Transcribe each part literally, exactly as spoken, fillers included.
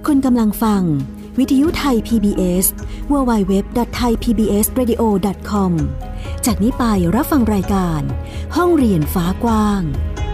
คุณกำลังฟังวิทยุไทย พี บี เอส ดับเบิลยู ดับเบิลยู ดับเบิลยู ดอท ไทย พี บี เอส เรดิโอ ดอท คอม จากนี้ไปรับฟังรายการห้องเรียนฟ้ากว้าง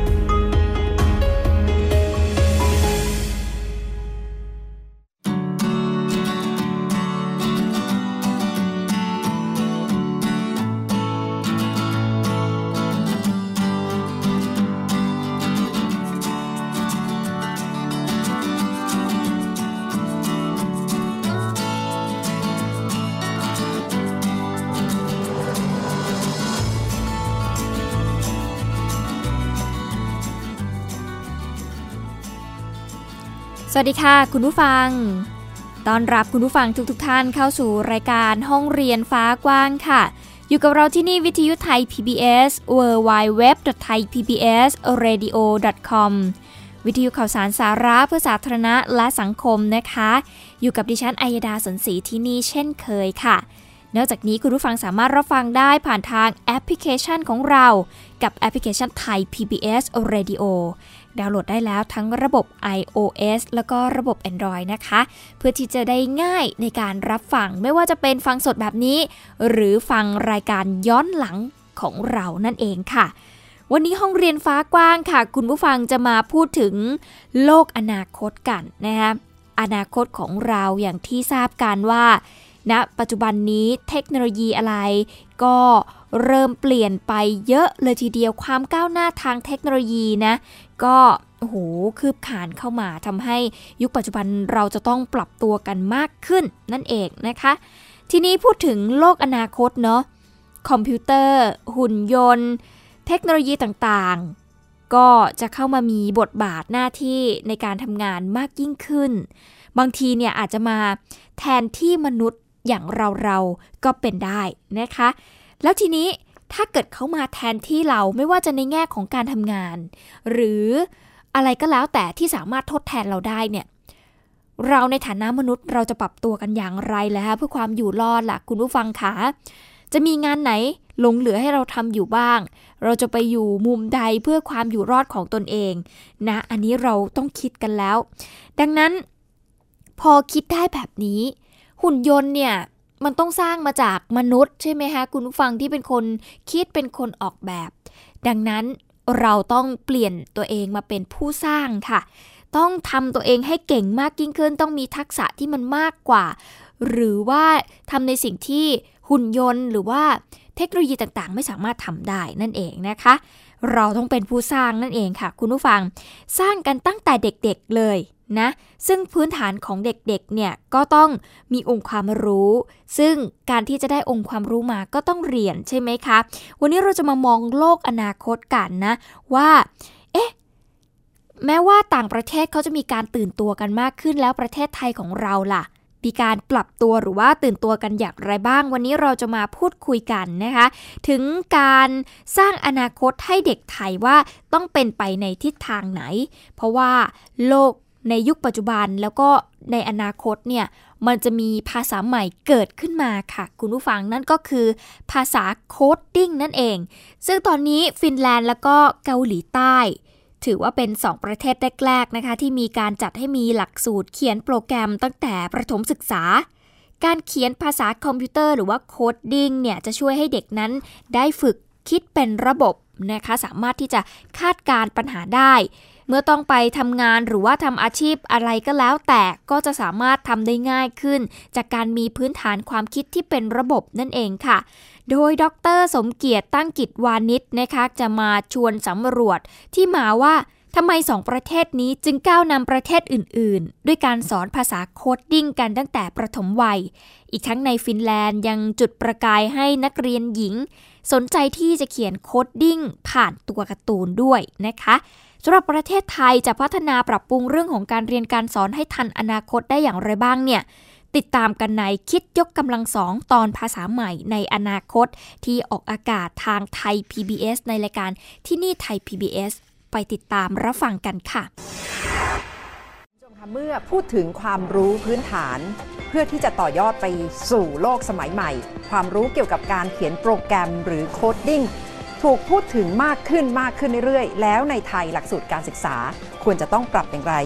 สวัสดีค่ะคุณผู้ฟังต้อนรับคุณผู้ฟังทุกๆ ท่านเข้าสู่รายการห้องเรียนฟ้ากว้างค่ะอยู่กับเราที่นี่วิทยุไทย พี บี เอส ดับเบิลยู ดับเบิลยู ดับเบิลยู ดอท ไทย พี บี เอส เรดิโอ ดอท คอม วิทยุข่าวสารสาระเพื่อสาธารณะและสังคมนะคะอยู่กับดิฉันอัยดาสนศรีที่นี่เช่นเคยค่ะนอกจากนี้คุณผู้ฟังสามารถรับฟังได้ผ่านทางแอปพลิเคชันของเรากับแอปพลิเคชันไทย พี บี เอส Radio ดาวน์โหลดได้แล้วทั้งระบบ iOS แล้วก็ระบบ Android นะคะเพื่อที่จะได้ง่ายในการรับฟังไม่ว่าจะเป็นฟังสดแบบนี้หรือฟังรายการย้อนหลังของเรานั่นเองค่ะวันนี้ห้องเรียนฟ้ากว้างค่ะคุณผู้ฟังจะมาพูดถึงโลกอนาคตกันนะคะอนาคตของเราอย่างที่ทราบกันว่าณปัจจุบันนี้เทคโนโลยีอะไรก็เริ่มเปลี่ยนไปเยอะเลยทีเดียวความก้าวหน้าทางเทคโนโลยีนะก็โอ้โหคืบคลานเข้ามาทำให้ยุคปัจจุบันเราจะต้องปรับตัวกันมากขึ้นนั่นเองนะคะทีนี้พูดถึงโลกอนาคตเนาะคอมพิวเตอร์หุ่นยนต์เทคโนโลยีต่างๆก็จะเข้ามามีบทบาทหน้าที่ในการทำงานมากยิ่งขึ้นบางทีเนี่ยอาจจะมาแทนที่มนุษย์อย่างเราๆก็เป็นได้นะคะแล้วทีนี้ถ้าเกิดเขามาแทนที่เราไม่ว่าจะในแง่ของการทำงานหรืออะไรก็แล้วแต่ที่สามารถทดแทนเราได้เนี่ยเราในฐานะมนุษย์เราจะปรับตัวกันอย่างไรแล้วเพื่อความอยู่รอดล่ะคุณผู้ฟังคะจะมีงานไหนหลงเหลือให้เราทำอยู่บ้างเราจะไปอยู่มุมใดเพื่อความอยู่รอดของตนเองนะอันนี้เราต้องคิดกันแล้วดังนั้นพอคิดได้แบบนี้หุ่นยนต์เนี่ยมันต้องสร้างมาจากมนุษย์ใช่ไหมคะคุณผู้ฟังที่เป็นคนคิดเป็นคนออกแบบดังนั้นเราต้องเปลี่ยนตัวเองมาเป็นผู้สร้างค่ะต้องทำตัวเองให้เก่งมากยิ่งขึ้นต้องมีทักษะที่มันมากกว่าหรือว่าทำในสิ่งที่หุ่นยนต์หรือว่าเทคโนโลยีต่างๆไม่สามารถทำได้นั่นเองนะคะเราต้องเป็นผู้สร้างนั่นเองค่ะคุณผู้ฟังสร้างกันตั้งแต่เด็กๆเลยนะซึ่งพื้นฐานของเด็กๆเนี่ยก็ต้องมีองค์ความรู้ซึ่งการที่จะได้องค์ความรู้มาก็ต้องเรียนใช่ไหมคะวันนี้เราจะมามองโลกอนาคตกันนะว่าเอ๊ะแม้ว่าต่างประเทศเขาจะมีการตื่นตัวกันมากขึ้นแล้วประเทศไทยของเราล่ะมีการปรับตัวหรือว่าตื่นตัวกันอย่างไรบ้างวันนี้เราจะมาพูดคุยกันนะคะถึงการสร้างอนาคตให้เด็กไทยว่าต้องเป็นไปในทิศทางไหนเพราะว่าโลกในยุคปัจจุบันแล้วก็ในอนาคตเนี่ยมันจะมีภาษาใหม่เกิดขึ้นมาค่ะคุณผู้ฟังนั่นก็คือภาษาโคดดิ้งนั่นเองซึ่งตอนนี้ฟินแลนด์แล้วก็เกาหลีใต้ถือว่าเป็นสองประเทศแรกๆนะคะที่มีการจัดให้มีหลักสูตรเขียนโปรแกรมตั้งแต่ประถมศึกษาการเขียนภาษาคอมพิวเตอร์หรือว่าโคดดิ้งเนี่ยจะช่วยให้เด็กนั้นได้ฝึกคิดเป็นระบบนะคะสามารถที่จะคาดการณ์ปัญหาได้เมื่อต้องไปทำงานหรือว่าทำอาชีพอะไรก็แล้วแต่ก็จะสามารถทำได้ง่ายขึ้นจากการมีพื้นฐานความคิดที่เป็นระบบนั่นเองค่ะโดยดร.สมเกียรติตั้งกิจวานิชนะคะจะมาชวนสำรวจที่มาว่าทำไมสองประเทศนี้จึงก้าวนำประเทศอื่นๆด้วยการสอนภาษาโคดดิ้งกันตั้งแต่ประถมวัยอีกทั้งในฟินแลนด์ยังจุดประกายให้นักเรียนหญิงสนใจที่จะเขียนโคดดิ้งผ่านตัวการ์ตูนด้วยนะคะสำหรับประเทศไทยจะพัฒนาปรับปรุงเรื่องของการเรียนการสอนให้ทันอนาคตได้อย่างไรบ้างเนี่ยติดตามกันในคิดยกกำลังสองตอนภาษาใหม่ในอนาคตที่ออกอากาศทางไทย พี บี เอส ในรายการที่นี่ไทย พี บี เอส ไปติดตามรับฟังกันค่ะเมื่อพูดถึงความรู้พื้นฐานเพื่อที่จะต่อยอดไปสู่โลกสมัยใหม่ความรู้เกี่ยวกับการเขียนโปรแกรมหรือโคดดิ้งถูกพูดถึงมากขึ้นมากขึ้นเรื่อยๆแล้วในไทยหลักสูตรการศึกษาควรจะต้องปรับอย่างไร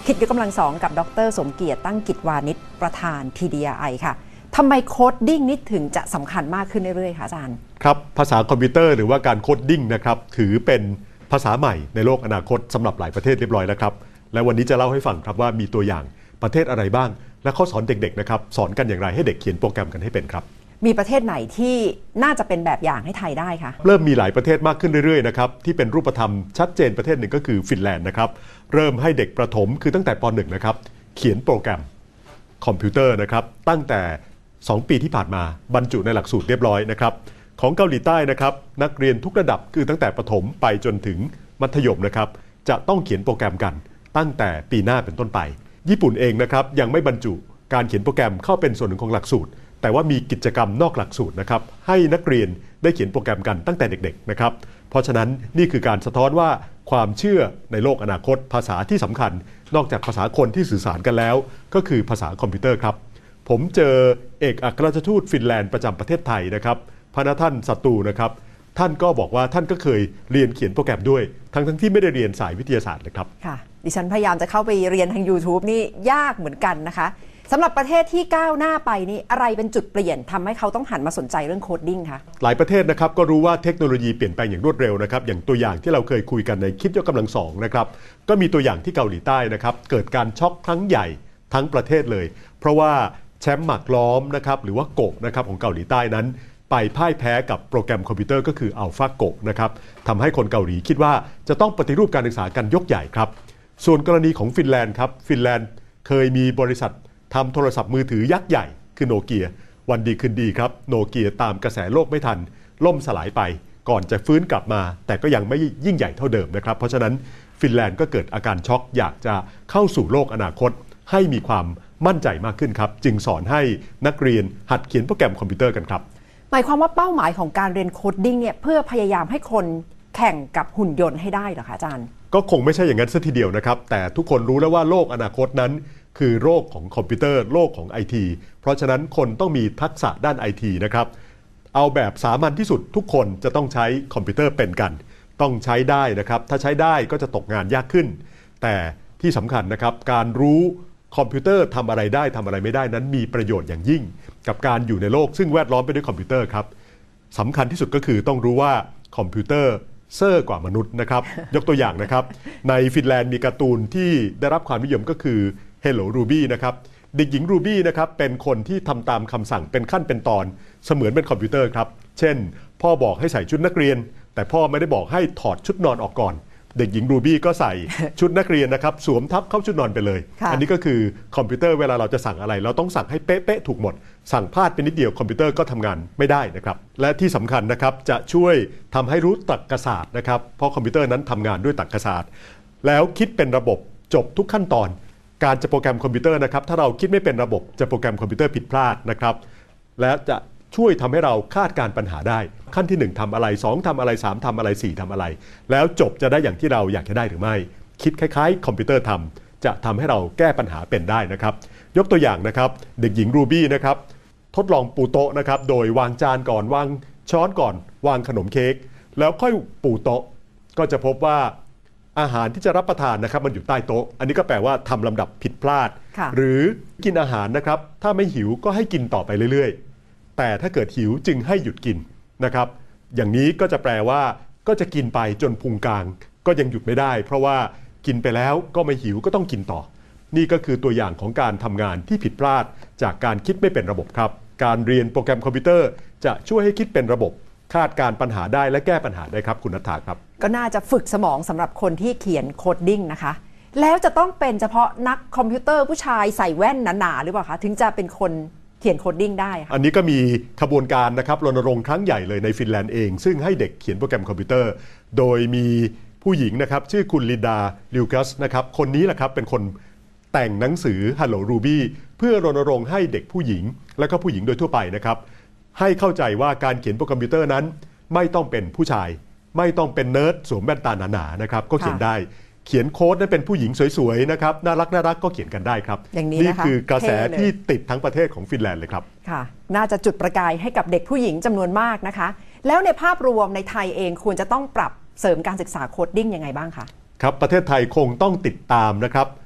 คิดยกกำลังสองกับดร.สมเกียรติตั้งกิจวานิชประธาน ที ดี อาร์ ไอ ค่ะทำไมโคดดิ้งนี่ถึงจะสำคัญมากขึ้นเรื่อยๆคะอาจารย์ครับภาษาคอมพิวเตอร์หรือว่าการโคดดิ้งนะครับถือเป็นภาษาใหม่ในโลกอนาคตสำหรับหลายประเทศเรียบร้อยแล้วครับและวันนี้จะเล่าให้ฟังครับว่ามีตัวอย่างประเทศอะไรบ้างและเขาสอนเด็กๆนะครับสอนกันอย่างไรให้เด็กเขียนโปรแกรมกันให้เป็นครับมีประเทศไหนที่น่าจะเป็นแบบอย่างให้ไทยได้คะเริ่มมีหลายประเทศมากขึ้นเรื่อยๆนะครับที่เป็นรูปธรรมชัดเจนประเทศหนึ่งก็คือฟินแลนด์นะครับเริ่มให้เด็กประถมคือตั้งแต่ป หนึ่ง นะครับเขียนโปรแกรมคอมพิวเตอร์นะครับตั้งแต่สองปีที่ผ่านมาบรรจุในหลักสูตรเรียบร้อยนะครับของเกาหลีใต้นะครับนักเรียนทุกระดับคือตั้งแต่ประถมไปจนถึงมัธยมนะครับจะต้องเขียนโปรแกรมกันตั้งแต่ปีหน้าเป็นต้นไปญี่ปุ่นเองนะครับยังไม่บรรจุการเขียนโปรแกรมเข้าเป็นส่วนหนึ่งของหลักสูตรแต่ว่ามีกิจกรรมนอกหลักสูตรนะครับให้นักเรียนได้เขียนโปรแกรมกันตั้งแต่เด็กๆนะครับเพราะฉะนั้นนี่คือการสะท้อนว่าความเชื่อในโลกอนาคตภาษาที่สำคัญนอกจากภาษาคนที่สื่อสารกันแล้วก็คือภาษาคอมพิวเตอร์ครับผมเจอเอกอัครราชทูตฟินแลนด์ประจำประเทศไทยนะครับพระท่านศัตรูนะครับท่านก็บอกว่าท่านก็เคยเรียนเขียนโปรแกรมด้วยทั้งทั้งที่ไม่ได้เรียนสายวิทยาศาสตร์เลยครับค่ะดิฉันพยายามจะเข้าไปเรียนทาง YouTube นี่ยากเหมือนกันนะคะสำหรับประเทศที่ก้าวหน้าไปนี่อะไรเป็นจุดเปลี่ยนทำให้เขาต้องหันมาสนใจเรื่องโคดดิ้งคะหลายประเทศนะครับก็รู้ว่าเทคโนโลยีเปลี่ยนแปลงอย่างรวดเร็วนะครับอย่างตัวอย่างที่เราเคยคุยกันในคิดยกกำลังสองนะครับก็มีตัวอย่างที่เกาหลีใต้นะครับเกิดการช็อกครั้งใหญ่ทั้งประเทศเลยเพราะว่าแชมป์หมากล้อมนะครับหรือว่าโกะนะครับของเกาหลีใต้นั้นไปพ่ายแพ้กับโปรแกรมคอมพิวเตอร์ก็คืออัลฟาโกะนะครับทำให้คนเกาหลีคิดว่าจะต้องปฏิรูปการศึกษากันยกใหญ่ครับส่วนกรณีของฟินแลนด์ครับฟินแลนด์เคยมีบริษัททำโทรศัพท์มือถือยักษ์ใหญ่คือโนเกียวันดีคืนดีครับโนเกียตามกระแสโลกไม่ทันล่มสลายไปก่อนจะฟื้นกลับมาแต่ก็ยังไม่ยิ่งใหญ่เท่าเดิมนะครับเพราะฉะนั้นฟินแลนด์ก็เกิดอาการช็อกอยากจะเข้าสู่โลกอนาคตให้มีความมั่นใจมากขึ้นครับจึงสอนให้นักเรียนหัดเขียนโปรแกรมคอมพิวเตอร์กันครับหมายความว่าเป้าหมายของการเรียนโคดดิ้งเนี่ยเพื่อพยายามให้คนแข่งกับหุ่นยนต์ให้ได้เหรอคะอาจารย์ก็คงไม่ใช่อย่างนั้นซะทีเดียวนะครับแต่ทุกคนรู้แล้วว่าโลกอนาคตนั้นคือโลกของคอมพิวเตอร์โลกของ ไอ ที เพราะฉะนั้นคนต้องมีทักษะด้าน ไอ ที นะครับเอาแบบสามัญที่สุดทุกคนจะต้องใช้คอมพิวเตอร์เป็นกันต้องใช้ได้นะครับถ้าใช้ได้ก็จะตกงานยากขึ้นแต่ที่สำคัญนะครับการรู้คอมพิวเตอร์ทำอะไรได้ทำอะไรไม่ได้นั้นมีประโยชน์อย่างยิ่งกับการอยู่ในโลกซึ่งแวดล้อมไปด้วยคอมพิวเตอร์ครับสำคัญที่สุดก็คือต้องรู้ว่าคอมพิวเตอร์เซอร์กว่ามนุษย์นะครับยกตัวอย่างนะครับในฟินแลนด์มีการ์ตูนที่ได้รับความนิยมก็คือ Hello Ruby นะครับเด็กหญิง Ruby นะครับเป็นคนที่ทำตามคำสั่งเป็นขั้นเป็นตอนเสมือนเป็นคอมพิวเตอร์ครับเช่นพ่อบอกให้ใส่ชุดนักเรียนแต่พ่อไม่ได้บอกให้ถอดชุดนอนออกก่อนเด็กหญิง Ruby ก็ใส่ชุดนักเรียนนะครับสวมทับเข้าชุดนอนไปเลยอันนี้ก็คือคอมพิวเตอร์เวลาเราจะสั่งอะไรเราต้องสั่งให้เป๊ะๆถูกหมดสั่งพลาดไปนิดเดียวคอมพิวเตอร์ก็ทำงานไม่ได้นะครับและที่สำคัญนะครับจะช่วยทำให้รู้ตรรกศาสตร์นะครับเพราะคอมพิวเตอร์นั้นทำงานด้วยตรรกศาสตร์แล้วคิดเป็นระบบจบทุกขั้นตอนการจะโปรแกรมคอมพิวเตอร์นะครับถ้าเราคิดไม่เป็นระบบจะโปรแกรมคอมพิวเตอร์ผิดพลาดนะครับและจะช่วยทำให้เราคาดการปัญหาได้ขั้นที่หนึ่งทำอะไรสองทำอะไรสามทำอะไรสี่ทำอะไรแล้วจบจะได้อย่างที่เราอยากจะได้หรือไม่คิดคล้ายๆคอมพิวเตอร์ทำจะทำให้เราแก้ปัญหาเป็นได้นะครับยกตัวอย่างนะครับเด็กหญิง Ruby นะครับทดลองปูโต๊ะนะครับโดยวางจานก่อนวางช้อนก่อนวางขนมเค้กแล้วค่อยปูโต๊ะก็จะพบว่าอาหารที่จะรับประทานนะครับมันอยู่ใต้โต๊ะอันนี้ก็แปลว่าทำลำดับผิดพลาดหรือกินอาหารนะครับถ้าไม่หิวก็ให้กินต่อไปเรื่อยๆแต่ถ้าเกิดหิวจึงให้หยุดกินนะครับอย่างนี้ก็จะแปลว่าก็จะกินไปจนพุงกลางก็ยังหยุดไม่ได้เพราะว่ากินไปแล้วก็ไม่หิวก็ต้องกินต่อนี่ก็คือตัวอย่างของการทำงานที่ผิดพลาดจากการคิดไม่เป็นระบบครับการเรียนโปรแกรมคอมพิวเตอร์จะช่วยให้คิดเป็นระบบคาดการปัญหาได้และแก้ปัญหาได้ครับคุณณัฐฐาครับก็น่าจะฝึกสมองสำหรับคนที่เขียนโคดดิ้งนะคะแล้วจะต้องเป็นเฉพาะนักคอมพิวเตอร์ผู้ชายใส่แว่นหนาๆหรือเปล่าคะถึงจะเป็นคนเขียนโคดดิ้งได้ค่ะอันนี้ก็มีขบวนการนะครับรณรงค์ครั้งใหญ่เลยในฟินแลนด์เองซึ่งให้เด็กเขียนโปรแกรมคอมพิวเตอร์โดยมีผู้หญิงนะครับชื่อคุณลินดาลิวกัสนะครับคนนี้แหละครับเป็นคนแต่งหนังสือ Hello Ruby เพื่อรณรงค์ให้เด็กผู้หญิงและก็ผู้หญิงโดยทั่วไปนะครับให้เข้าใจว่าการเขียนโปรแกรมคอมพิวเตอร์นั้นไม่ต้องเป็นผู้ชายไม่ต้องเป็นเนิร์ดสวมแว่นตาหนาๆนะครับก็เขียนได้เขียนโค้ดนั้นเป็นผู้หญิงสวยๆนะครับน่ารักน่ารักก็เขียนกันได้ครับอย่างนี้นี่คือกระแสที่ติดทั้งประเทศของฟินแลนด์เลยครับค่ะน่าจะจุดประกายให้กับเด็กผู้หญิงจำนวนมากนะคะแล้วในภาพรวมในไทยเองควรจะต้องปรับเสริมการศึกษาโคดดิ้งยังไงบ้างคะครับประเทศไทยคงต้องติดตามนะครับ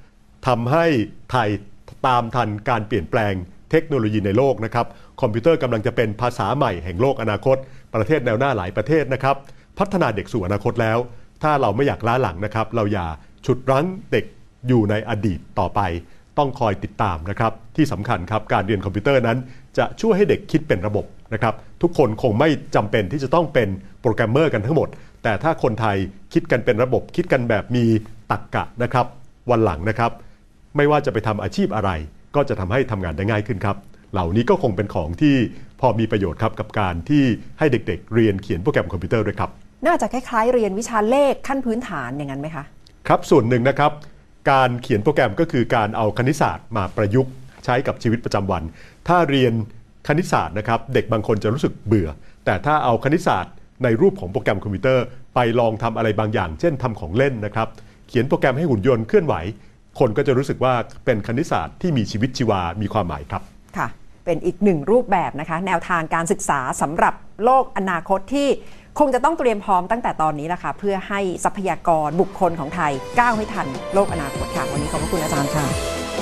ทำให้ไทยตามทันการเปลี่ยนแปลงเทคโนโลยีในโลกนะครับคอมพิวเตอร์กำลังจะเป็นภาษาใหม่แห่งโลกอนาคตประเทศแนวหน้าหลายประเทศนะครับพัฒนาเด็กสู่อนาคตแล้วถ้าเราไม่อยากล้าหลังนะครับเราอย่าฉุดรั้งเด็กอยู่ในอดีตต่อไปต้องคอยติดตามนะครับที่สำคัญครับการเรียนคอมพิวเตอร์นั้นจะช่วยให้เด็กคิดเป็นระบบนะครับทุกคนคงไม่จำเป็นที่จะต้องเป็นโปรแกรมเมอร์กันทั้งหมดแต่ถ้าคนไทยคิดกันเป็นระบบคิดกันแบบมีตรรกะนะครับวันหลังนะครับไม่ว่าจะไปทำอาชีพอะไรก็จะทำให้ทำงานได้ง่ายขึ้นครับเหล่านี้ก็คงเป็นของที่พอมีประโยชน์ครับกับการที่ให้เด็กๆเรียนเขียนโปรแกรมคอมพิวเตอร์ด้วยครับน่าจะคล้ายๆเรียนวิชาเลขขั้นพื้นฐานอย่างนั้นไหมคะครับส่วนหนึ่งนะครับการเขียนโปรแกรมก็คือการเอาคณิตศาสตร์มาประยุกต์ใช้กับชีวิตประจำวันถ้าเรียนคณิตศาสตร์นะครับเด็กบางคนจะรู้สึกเบื่อแต่ถ้าเอาคณิตศาสตร์ในรูปของโปรแกรมคอมพิวเตอร์ไปลองทำอะไรบางอย่างเช่นทำของเล่นนะครับเขียนโปรแกรมให้หุ่นยนต์เคลื่อนไหวคนก็จะรู้สึกว่าเป็นคณิตศาสตร์ที่มีชีวิตชีวามีความหมายครับค่ะเป็นอีกหนึ่งรูปแบบนะคะแนวทางการศึกษาสำหรับโลกอนาคตที่คงจะต้องเตรียมพร้อมตั้งแต่ตอนนี้แหละค่ะเพื่อให้ทรัพยากรบุคคลของไทยก้าวให้ทันโลกอนาคตค่ะวันนี้ขอบพระคุณอาจารย์ค่ะ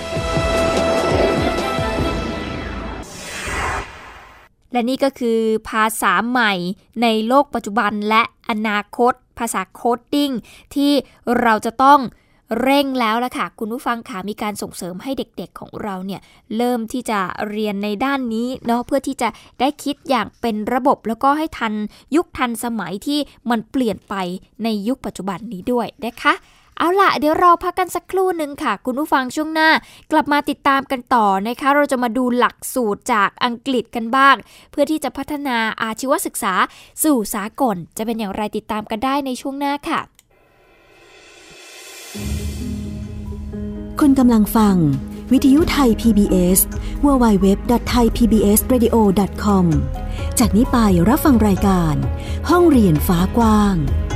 และนี่ก็คือภาษาใหม่ในโลกปัจจุบันและอนาคตภาษาโคดดิ้งที่เราจะต้องเร่งแล้วล่ะค่ะคุณผู้ฟังค่ะมีการส่งเสริมให้เด็กๆของเราเนี่ยเริ่มที่จะเรียนในด้านนี้เนาะเพื่อที่จะได้คิดอย่างเป็นระบบแล้วก็ให้ทันยุคทันสมัยที่มันเปลี่ยนไปในยุคปัจจุบันนี้ด้วยนะคะเอาล่ะเดี๋ยวเราพักกันสักครู่นึงค่ะคุณผู้ฟังช่วงหน้ากลับมาติดตามกันต่อนะคะเราจะมาดูหลักสูตรจากอังกฤษกันบ้างเพื่อที่จะพัฒนาอาชีวศึกษาสู่สากลจะเป็นอย่างไรติดตามกันได้ในช่วงหน้าค่ะคุณกำลังฟังวิทยุไทย พี บี เอส ดับเบิลยู ดับเบิลยู ดับเบิลยู ดอท ไทย พี บี เอส เรดิโอ ดอท คอม จากนี้ไปรับฟังรายการห้องเรียนฟ้ากว้าง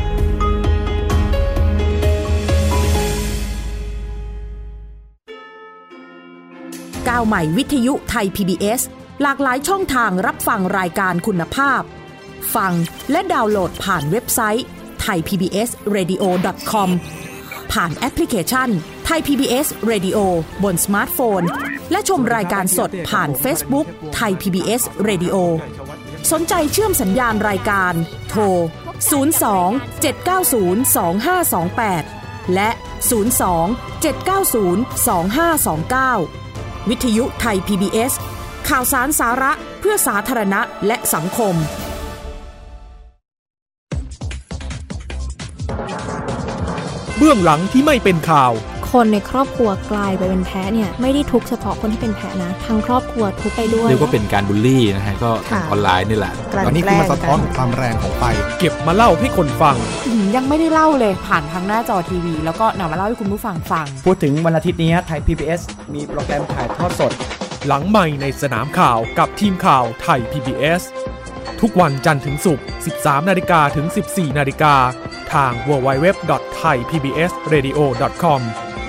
ก้าวใหม่วิทยุไทย พี บี เอส หลากหลายช่องทางรับฟังรายการคุณภาพฟังและดาวน์โหลดผ่านเว็บไซต์ ไทย พี บี เอส เรดิโอ ดอท คอม ผ่านแอปพลิเคชัน Thai พี บี เอส Radio บนสมาร์ทโฟนและชมรายการสดผ่าน Facebook Thai พี บี เอส Radio สนใจเชื่อมสัญญาณรายการโทรศูนย์ สอง เจ็ด เก้า ศูนย์ สอง ห้า สอง แปดและศูนย์ สอง เจ็ด เก้า ศูนย์ สอง ห้า สอง เก้าวิทยุไทย พี บี เอส ข่าวสารสาระเพื่อสาธารณะและสังคมเบื้องหลังที่ไม่เป็นข่าวคนในครอบครัวกลายไปเป็นแพ้เนี่ยไม่ได้ทุกข์เฉพาะคนที่เป็นแพ้นะทั้งครอบครัวทุกข์ไปด้วยเรียกว่าเป็นการบูลลี่นะฮะก็ทางออนไลน์นี่แหละตอนนี้คือมาสะท้อนความแรงของไฟเก็บมาเล่าให้คนฟังยังไม่ได้เล่าเลยผ่านทางหน้าจอทีวีแล้วก็นำมาเล่าให้คุณผู้ฟังฟังพูดถึงวันอาทิตย์นี้ไทย พี บี เอส มีโปรแกรมถ่ายทอดสดหลังใหม่ในสนามข่าวกับทีมข่าวไทย พี บี เอส ทุกวันจันทร์ถึงศุกร์ สิบสามนาฬิกา ถึง สิบสี่นาฬิกาทาง ดับเบิลยู ดับเบิลยู ดับเบิลยู ดอท ไทย พี บี เอส เรดิโอ ดอท คอม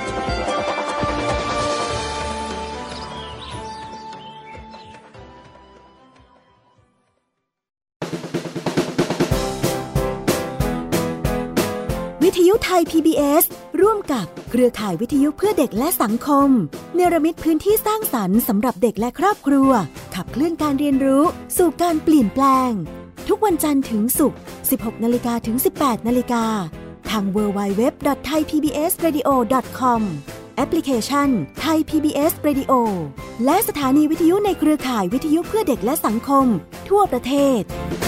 วิทยุไทย พี บี เอส ร่วมกับเครือข่ายวิทยุเพื่อเด็กและสังคมเนรมิตพื้นที่สร้างสรรค์สำหรับเด็กและครอบครัวขับเคลื่อนการเรียนรู้สู่การเปลี่ยนแปลงทุกวันจันทร์ถึงศุกร์ สิบหกนาฬิกา ถึง สิบแปดนาฬิกาทาง ดับเบิลยู ดับเบิลยู ดับเบิลยู ดอท ไทย พี บี เอส เรดิโอ ดอท คอม แอปพลิเคชัน Thai พี บี เอส Radio และสถานีวิทยุในเครือข่ายวิทยุเพื่อเด็กและสังคมทั่วประเทศ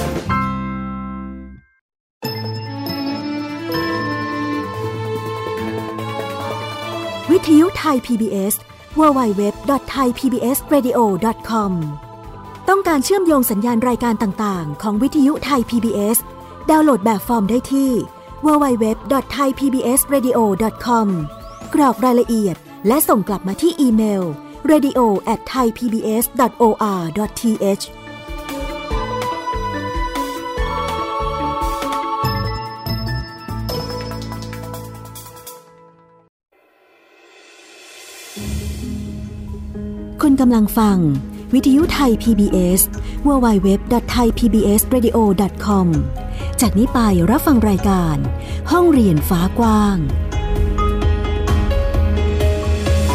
วิทยุไทย พี บี เอส ดับเบิลยู ดับเบิลยู ดับเบิลยู ดอท ไทย พี บี เอส เรดิโอ ดอท คอม ต้องการเชื่อมโยงสัญญาณรายการต่างๆของวิทยุไทย พี บี เอส ดาวน์โหลดแบบฟอร์มได้ที่ ดับเบิลยู ดับเบิลยู ดับเบิลยู ดอท ไทย พี บี เอส เรดิโอ ดอท คอม กรอกรายละเอียดและส่งกลับมาที่อีเมล เรดิโอ แอท ไทย พี บี เอส ดอท โอ อาร์ ดอท ที เอชคุณกำลังฟังวิทยุไทย พี บี เอส ดับเบิลยู ดับเบิลยู ดับเบิลยู ดอท ไทย พี บี เอส เรดิโอ ดอท คอม จากนี้ไปรับฟังรายการห้องเรียนฟ้ากว้าง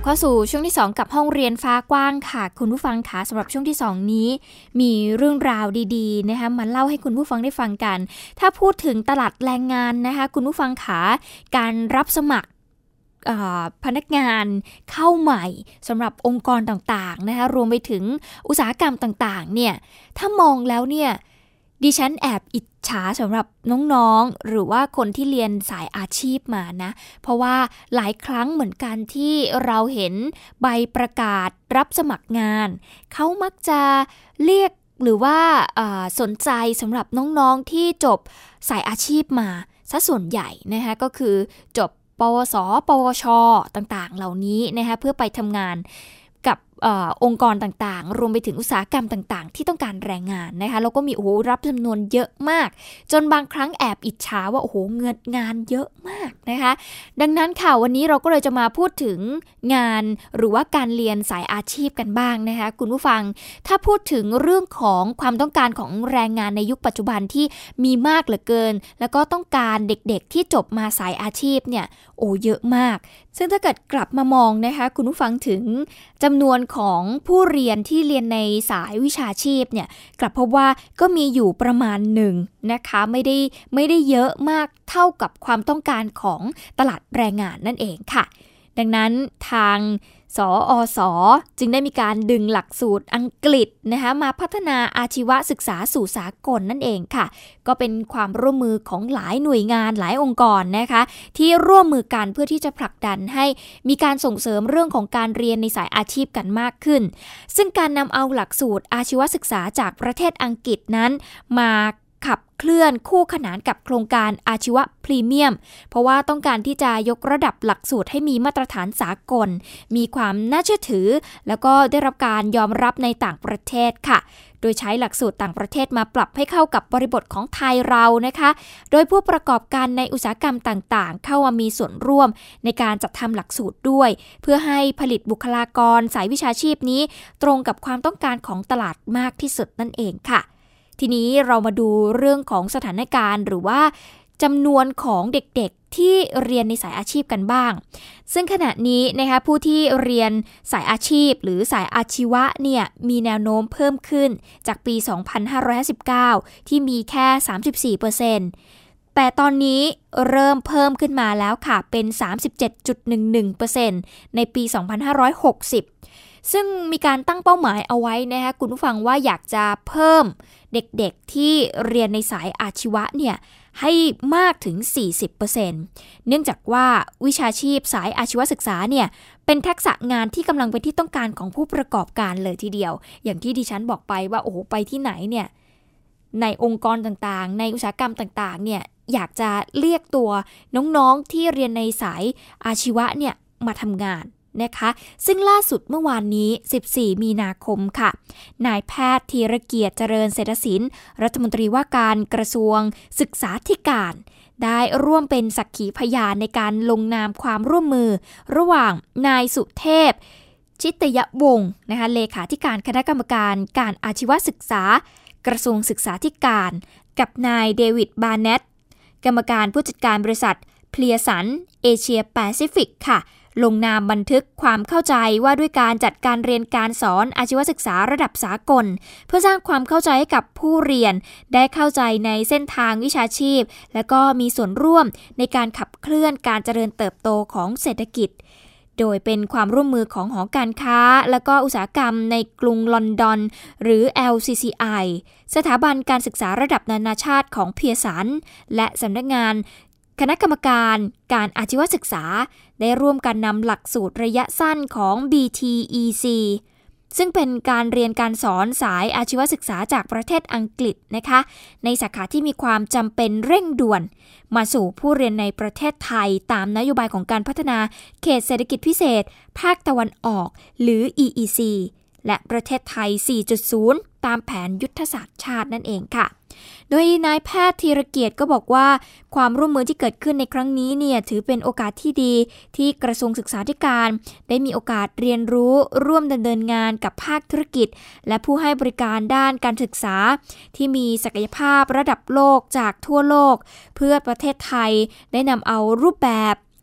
เข้าสู่ช่วงที่สองกับห้องเรียนฟ้ากว้างค่ะคุณผู้ฟังคะสำหรับช่วงที่สองนี้มีเรื่องราวดีๆนะคะมาเล่าให้คุณผู้ฟังได้ฟังกันถ้าพูดถึงตลาดแรงงานนะคะคุณผู้ฟังคะการรับสมัครพนักงานเข้าใหม่สำหรับองค์กรต่างๆนะคะรวมไปถึงอุตสาหกรรมต่างๆเนี่ยถ้ามองแล้วเนี่ยดิฉันแอบอิจฉาสำหรับน้องๆหรือว่าคนที่เรียนสายอาชีพมานะเพราะว่าหลายครั้งเหมือนกันที่เราเห็นใบประกาศรับสมัครงานเขามักจะเรียกหรือว่าสนใจสำหรับน้องๆที่จบสายอาชีพมาซะส่วนใหญ่นะคะก็คือจบปวส ปวช ต่างๆเหล่านี้นะคะเพื่อไปทำงานกับอองค์กรต่างๆรวมไปถึงอุตสาหกรรมต่างๆที่ต้องการแรงงานนะคะแล้วก็มีโอ้โหรับจำนวนเยอะมากจนบางครั้งแอบอิจฉาว่าโอ้โหเงินงานเยอะมากนะคะดังนั้นค่ะวันนี้เราก็เลยจะมาพูดถึงงานหรือว่าการเรียนสายอาชีพกันบ้างนะคะคุณผู้ฟังถ้าพูดถึงเรื่องของความต้องการของแรงงานในยุคปัจจุบันที่มีมากเหลือเกินแล้วก็ต้องการเด็กๆที่จบมาสายอาชีพเนี่ยโอ้เยอะมากซึ่งถ้าเกิดกลับมามองนะคะคุณผู้ฟังถึงจำนวนของผู้เรียนที่เรียนในสายวิชาชีพเนี่ยกลับพบว่าก็มีอยู่ประมาณหนึ่งนะคะไม่ได้ไม่ได้เยอะมากเท่ากับความต้องการของตลาดแรงงานนั่นเองค่ะดังนั้นทางสอสจึงได้มีการดึงหลักสูตรอังกฤษนะคะมาพัฒนาอาชีวศึกษาสู่สากลนั่นเองค่ะก็เป็นความร่วมมือของหลายหน่วยงานหลายองค์กรนะคะที่ร่วมมือกันเพื่อที่จะผลักดันให้มีการส่งเสริมเรื่องของการเรียนในสายอาชีพกันมากขึ้นซึ่งการนำเอาหลักสูตรอาชีวศึกษาจากประเทศอังกฤษนั้นมาขับเคลื่อนคู่ขนานกับโครงการอาชีวะพรีเมียมเพราะว่าต้องการที่จะยกระดับหลักสูตรให้มีมาตรฐานสากลมีความน่าเชื่อถือแล้วก็ได้รับการยอมรับในต่างประเทศค่ะโดยใช้หลักสูตรต่างประเทศมาปรับให้เข้ากับบริบทของไทยเรานะคะโดยผู้ประกอบการในอุตสาหกรรมต่างๆเข้ามามีส่วนร่วมในการจัดทำหลักสูตรด้วยเพื่อให้ผลิตบุคลากรสายวิชาชีพนี้ตรงกับความต้องการของตลาดมากที่สุดนั่นเองค่ะทีนี้เรามาดูเรื่องของสถานการณ์หรือว่าจำนวนของเด็กๆที่เรียนในสายอาชีพกันบ้างซึ่งขณะนี้นะคะผู้ที่เรียนสายอาชีพหรือสายอาชีวะเนี่ยมีแนวโน้มเพิ่มขึ้นจากปี สองพันห้าร้อยห้าสิบเก้า ที่มีแค่ สามสิบสี่เปอร์เซ็นต์ แต่ตอนนี้เริ่มเพิ่มขึ้นมาแล้วค่ะเป็น สามสิบเจ็ดจุดหนึ่งหนึ่งเปอร์เซ็นต์ ในปี สองพันห้าร้อยหกสิบซึ่งมีการตั้งเป้าหมายเอาไว้นะคะคุณผู้ฟังว่าอยากจะเพิ่มเด็กๆที่เรียนในสายอาชีวะเนี่ยให้มากถึง สี่สิบเปอร์เซ็นต์ เนื่องจากว่าวิชาชีพสายอาชีวศึกษาเนี่ยเป็นทักษะงานที่กำลังเป็นที่ต้องการของผู้ประกอบการเลยทีเดียวอย่างที่ดิฉันบอกไปว่าโอ้โหไปที่ไหนเนี่ยในองค์กรต่างๆในอุตสาหกรรมต่างๆเนี่ยอยากจะเรียกตัวน้องๆที่เรียนในสายอาชีวะเนี่ยมาทำงานนะคะซึ่งล่าสุดเมื่อวานนี้สิบสี่มีนาคมค่ะนายแพทย์ธีรเกียรติเจริญเศรษฐศิลป์รัฐมนตรีว่าการกระทรวงศึกษาธิการได้ร่วมเป็นสักขีพยานในการลงนามความร่วมมือระหว่างนายสุเทพชิตยวงศ์นะคะเลขาธิการคณะกรรมการการอาชีวศึกษากระทรวงศึกษาธิการกับนายเดวิดบาร์เน็ตกรรมการผู้จัดการบริษัทเพลียสันเอเชียแปซิฟิกค่ะลงนามบันทึกความเข้าใจว่าด้วยการจัดการเรียนการสอนอาชีวศึกษาระดับสากลเพื่อสร้างความเข้าใจให้กับผู้เรียนได้เข้าใจในเส้นทางวิชาชีพและก็มีส่วนร่วมในการขับเคลื่อนการเจริญเติบโตของเศรษฐกิจโดยเป็นความร่วมมือของหอการค้าและก็อุตสาหกรรมในกรุงลอนดอนหรือ แอล ซี ซี ไอ สถาบันการศึกษาระดับนานาชาติของเพียสันและสำนักงานคณะกรรมการการอาชีวศึกษาได้ร่วมกันนำหลักสูตรระยะสั้นของ บี ที อี ซี ซึ่งเป็นการเรียนการสอนสายอาชีวศึกษาจากประเทศอังกฤษนะคะในสาขาที่มีความจำเป็นเร่งด่วนมาสู่ผู้เรียนในประเทศไทยตามนโยบายของการพัฒนาเขตเศรษฐกิจพิเศษภาคตะวันออกหรือ อี อี ซี และประเทศไทย สี่จุดศูนย์ ตามแผนยุทธศาสตร์ชาตินั่นเองค่ะโดยนายแพทย์ธีรเกียรติก็บอกว่าความร่วมมือที่เกิดขึ้นในครั้งนี้เนี่ยถือเป็นโอกาสที่ดีที่กระทรวงศึกษาธิการได้มีโอกาสเรียนรู้ร่วมดำเนินงานกับภาคธุรกิจและผู้ให้บริการด้านการศึกษาที่มีศักยภาพระดับโลกจากทั่วโลกเพื่อประเทศไทยได้นำเอารูปแบบ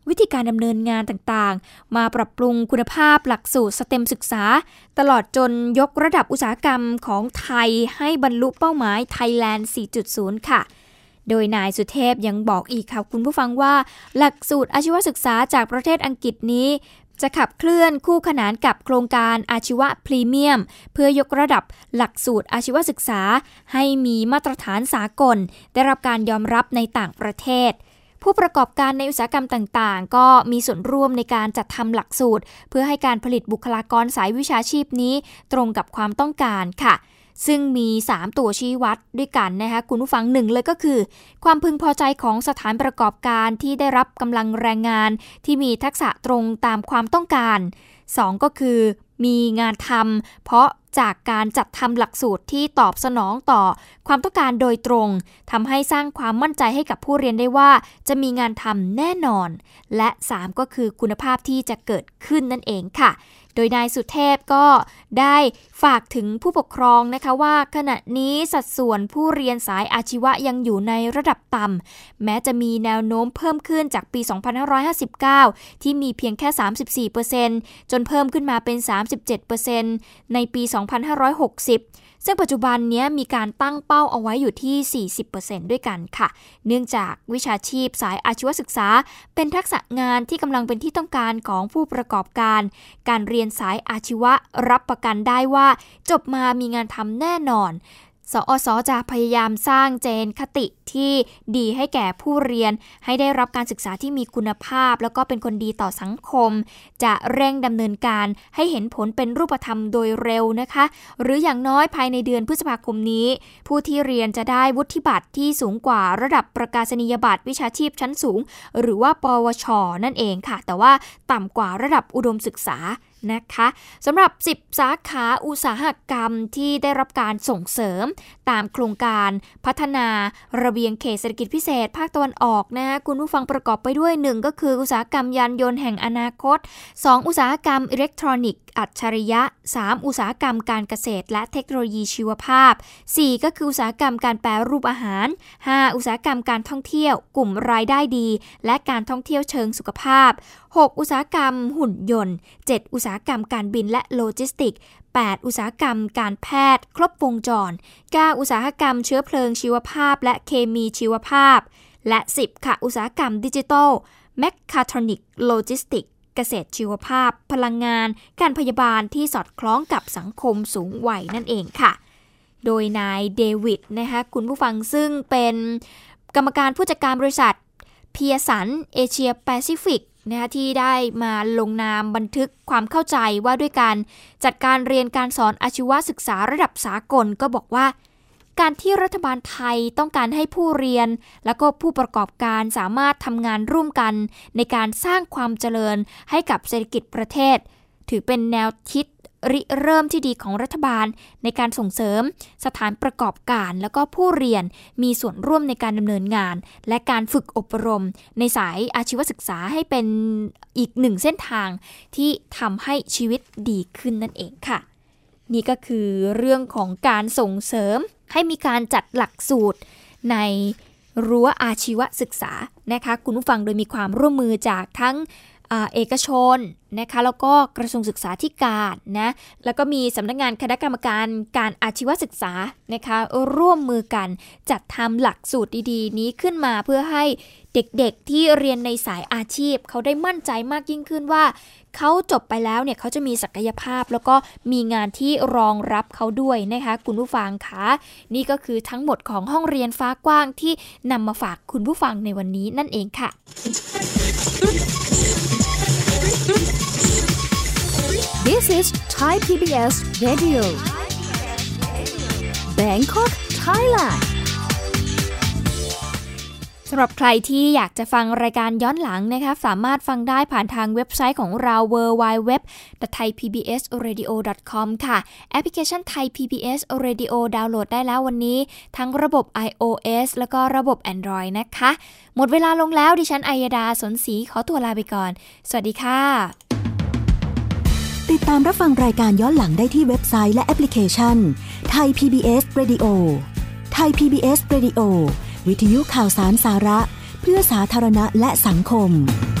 วิธีการดำเนินงานต่างๆมาปรับปรุงคุณภาพหลักสูตรสเต็มศึกษาตลอดจนยกระดับอุตสาหกรรมของไทยให้บรรลุเป้าหมาย Thailand สี่จุดศูนย์ ค่ะโดยนายสุเทพยังบอกอีกค่ะคุณผู้ฟังว่าหลักสูตรอาชีวศึกษาจากประเทศอังกฤษนี้จะขับเคลื่อนคู่ขนานกับโครงการอาชีวะพรีเมียมเพื่อยกระดับหลักสูตรอาชีวศึกษาให้มีมาตรฐานสากลได้รับการยอมรับในต่างประเทศผู้ประกอบการในอุตสาหกรรมต่างๆก็มีส่วนร่วมในการจัดทำหลักสูตรเพื่อให้การผลิตบุคลากรสายวิชาชีพนี้ตรงกับความต้องการค่ะซึ่งมีสามตัวชี้วัดด้วยกันนะคะคุณผู้ฟังหนึ่งเลยก็คือความพึงพอใจของสถานประกอบการที่ได้รับกำลังแรงงานที่มีทักษะตรงตามความต้องการสองก็คือมีงานทำเพราะจากการจัดทำหลักสูตรที่ตอบสนองต่อความต้องการโดยตรงทำให้สร้างความมั่นใจให้กับผู้เรียนได้ว่าจะมีงานทำแน่นอนและสามก็คือคุณภาพที่จะเกิดขึ้นนั่นเองค่ะโดยนายสุเทพก็ได้ฝากถึงผู้ปกครองนะคะว่าขณะนี้สัดส่วนผู้เรียนสายอาชีวะยังอยู่ในระดับต่ำแม้จะมีแนวโน้มเพิ่มขึ้นจากปีสองพันห้าร้อยห้าสิบเก้าที่มีเพียงแค่ สามสิบสี่เปอร์เซ็นต์ จนเพิ่มขึ้นมาเป็น สามสิบเจ็ดเปอร์เซ็นต์ ในปีสองพันห้าร้อยหกสิบซึ่งปัจจุบันนี้มีการตั้งเป้าเอาไว้อยู่ที่ สี่สิบเปอร์เซ็นต์ ด้วยกันค่ะเนื่องจากวิชาชีพสายอาชีวศึกษาเป็นทักษะงานที่กำลังเป็นที่ต้องการของผู้ประกอบการการเรียนสายอาชีวะรับประกันได้ว่าจบมามีงานทำแน่นอนสอสจะพยายามสร้างเจนคติที่ดีให้แก่ผู้เรียนให้ได้รับการศึกษาที่มีคุณภาพแล้วก็เป็นคนดีต่อสังคมจะเร่งดำเนินการให้เห็นผลเป็นรูปธรรมโดยเร็วนะคะหรืออย่างน้อยภายในเดือนพฤษภาคมนี้ผู้ที่เรียนจะได้วุฒิบัตรที่สูงกว่าระดับประกาศนียบัตรวิชาชีพชั้นสูงหรือว่าปวช.นั่นเองค่ะแต่ว่าต่ำกว่าระดับอุดมศึกษานะคะสำหรับสิบสาขาอุตสาหกรรมที่ได้รับการส่งเสริมตามโครงการพัฒนาระเบียงเขตเศรษฐกิจพิเศษภาคตะวันออกนะคุณผู้ฟังประกอบไปด้วยหนึ่งก็คืออุตสาหกรรมยานยนต์แห่งอนาคตสองอุตสาหกรรมอิเล็กทรอนิกส์อัจฉริยะสามอุตสาหกรรมการเกษตรและเทคโนโลยีชีวภาพสี่ก็คืออุตสาหกรรมการแปรรูปอาหารห้าอุตสาหกรรมการท่องเที่ยวกลุ่มรายได้ดีและการท่องเที่ยวเชิงสุขภาพหกอุตสาหกรรมหุ่นยนต์เจ็ดอุตสาหกรรมการบินและโลจิสติกส์แปดอุตสาหกรรมการแพทย์ครบวงจรเก้าอุตสาหกรรมเชื้อเพลิงชีวภาพและเคมีชีวภาพและสิบค่ะอุตสาหกรรมดิจิทัลแมคคาทรอนิกส์โลจิสติกส์เกษตรชีวภาพพลังงานการพยาบาลที่สอดคล้องกับสังคมสูงวัยนั่นเองค่ะโดยนายเดวิดนะคะคุณผู้ฟังซึ่งเป็นกรรมการผู้จัดการบริษัทเพียสันเอเชียแปซิฟิกนะคะที่ได้มาลงนามบันทึกความเข้าใจว่าด้วยการจัดการเรียนการสอนอาชีวศึกษาระดับสากลก็บอกว่าการที่รัฐบาลไทยต้องการให้ผู้เรียนและก็ผู้ประกอบการสามารถทำงานร่วมกันในการสร้างความเจริญให้กับเศรษฐกิจประเทศถือเป็นแนวคิดริเริ่มที่ดีของรัฐบาลในการส่งเสริมสถานประกอบการและก็ผู้เรียนมีส่วนร่วมในการดำเนินงานและการฝึกอบรมในสายอาชีวศึกษาให้เป็นอีกหนึ่งเส้นทางที่ทำให้ชีวิตดีขึ้นนั่นเองค่ะนี่ก็คือเรื่องของการส่งเสริมให้มีการจัดหลักสูตรในรั้วอาชีวศึกษานะคะคุณผู้ฟังโดยมีความร่วมมือจากทั้งเอกชนนะคะแล้วก็กระทรวงศึกษาธิการนะแล้วก็มีสำนักงานคณะกรรมการการอาชีวศึกษานะคะร่วมมือกันจัดทำหลักสูตรดีๆนี้ขึ้นมาเพื่อให้เด็กๆที่เรียนในสายอาชีพเขาได้มั่นใจมากยิ่งขึ้นว่าเขาจบไปแล้วเนี่ยเขาจะมีศักยภาพแล้วก็มีงานที่รองรับเขาด้วยนะคะคุณผู้ฟังคะนี่ก็คือทั้งหมดของห้องเรียนฟ้ากว้างที่นำมาฝากคุณผู้ฟังในวันนี้นั่นเองค่ะ This is Thai พี บี เอส Radio Bangkok Thailand สำหรับใครที่อยากจะฟังรายการย้อนหลังนะคะสามารถฟังได้ผ่านทางเว็บไซต์ของเรา ดับเบิลยู ดับเบิลยู ดับเบิลยู ดอท ไทย พี บี เอส เรดิโอ ดอท คอม ค่ะแอปพลิเคชัน Thai พี บี เอส Radio ดาวน์โหลดได้แล้ววันนี้ทั้งระบบ iOS แล้วก็ระบบ Android นะคะหมดเวลาลงแล้วดิฉันอัยดาสนศรีขอตัวลาไปก่อนสวัสดีค่ะติดตามรับฟังรายการย้อนหลังได้ที่เว็บไซต์และแอปพลิเคชัน Thai พี บี เอส Radio Thai พี บี เอส Radio วิทยุข่าวสารสาระเพื่อสาธารณะและสังคม